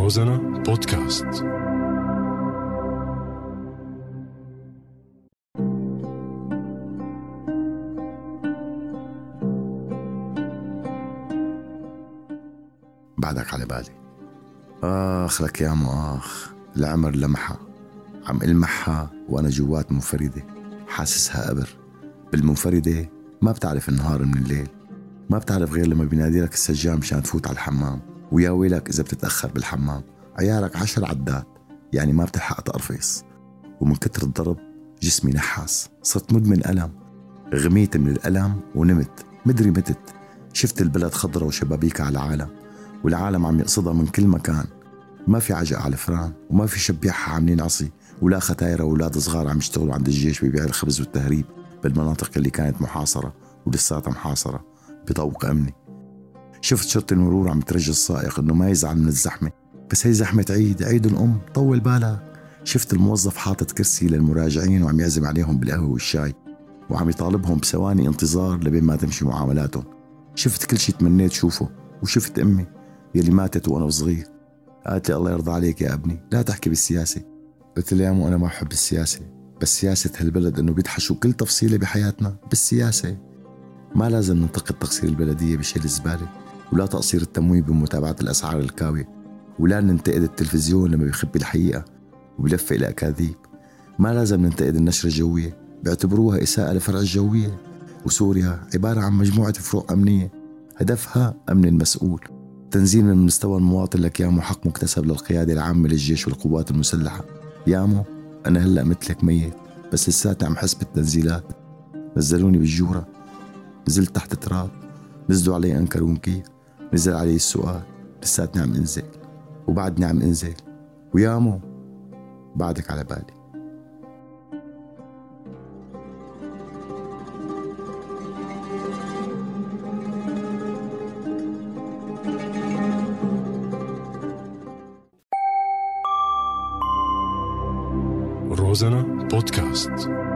روزانا بودكاست. بعدك على بالي. آخ لك يا مؤاخ، العمر لمحة عم المحها وأنا جوات منفردة حاسسها قبر. بالمنفردة ما بتعرف النهار من الليل، ما بتعرف غير لما بينادي لك السجام مشان تفوت على الحمام، ويا ويلك إذا بتتأخر بالحمام. عيارك 10 عدات، يعني ما بتلحق تقرفص. ومن كتر الضرب جسمي نحاس، صرت مدمن ألم. غميت من الألم ونمت، مدري متت. شفت البلد خضرة وشبابيك على العالم، والعالم عم يقصدها من كل مكان. ما في عجق على الفران، وما في شبيحة عاملين عصي، ولا ختايرة وولاد صغار عم يشتغلوا عند الجيش ببيع الخبز والتهريب بالمناطق اللي كانت محاصرة ولساتها محاصرة بطوق أمني. شفت شرطي المرور عم ترجي السائق إنه ما يزعل من الزحمة، بس هي زحمة عيد الأم، طول بالك. شفت الموظف حاطط كرسي للمراجعين وعم يعزم عليهم بالقهوة والشاي، وعم يطالبهم بثواني انتظار لبين ما تمشي معاملاتهم. شفت كل شيء تمنيت شوفه، وشفت أمي يلي ماتت وأنا صغير. قالت لي الله يرضى عليك يا ابني لا تحكي بالسياسة. قلت لي يا مو أنا ما أحب السياسة، بس سياسة هالبلد إنه بيدحشوا كل تفصيلة بحياتنا بالسياسة. ما لازم ننتقد تقصير البلدية بشيل الزبالة، ولا تقصير التموين بمتابعة الأسعار الكاوية، ولا ننتقد التلفزيون لما بيخبي الحقيقة وبيلفق الأكاذيب. ما لازم ننتقد النشرة الجوية، بيعتبروها إساءة لفرع الجوية. وسوريا عبارة عن مجموعة فروع أمنية هدفها أمن المسؤول، تنزيل من مستوى المواطن. لك يامو حق مكتسب للقيادة العامة للجيش والقوات المسلحة. يامو أنا هلأ مثلك ميت، بس لساتني عم حس بالتنزيلات. نزلوني بالجورة، نزلت تحت تراب، نزلوا علي أنكر ونكير، نزل علي السؤال، لساتني عم انزل وبعدني عم انزل. ويامو بعدك على بالي. روزانا بودكاست.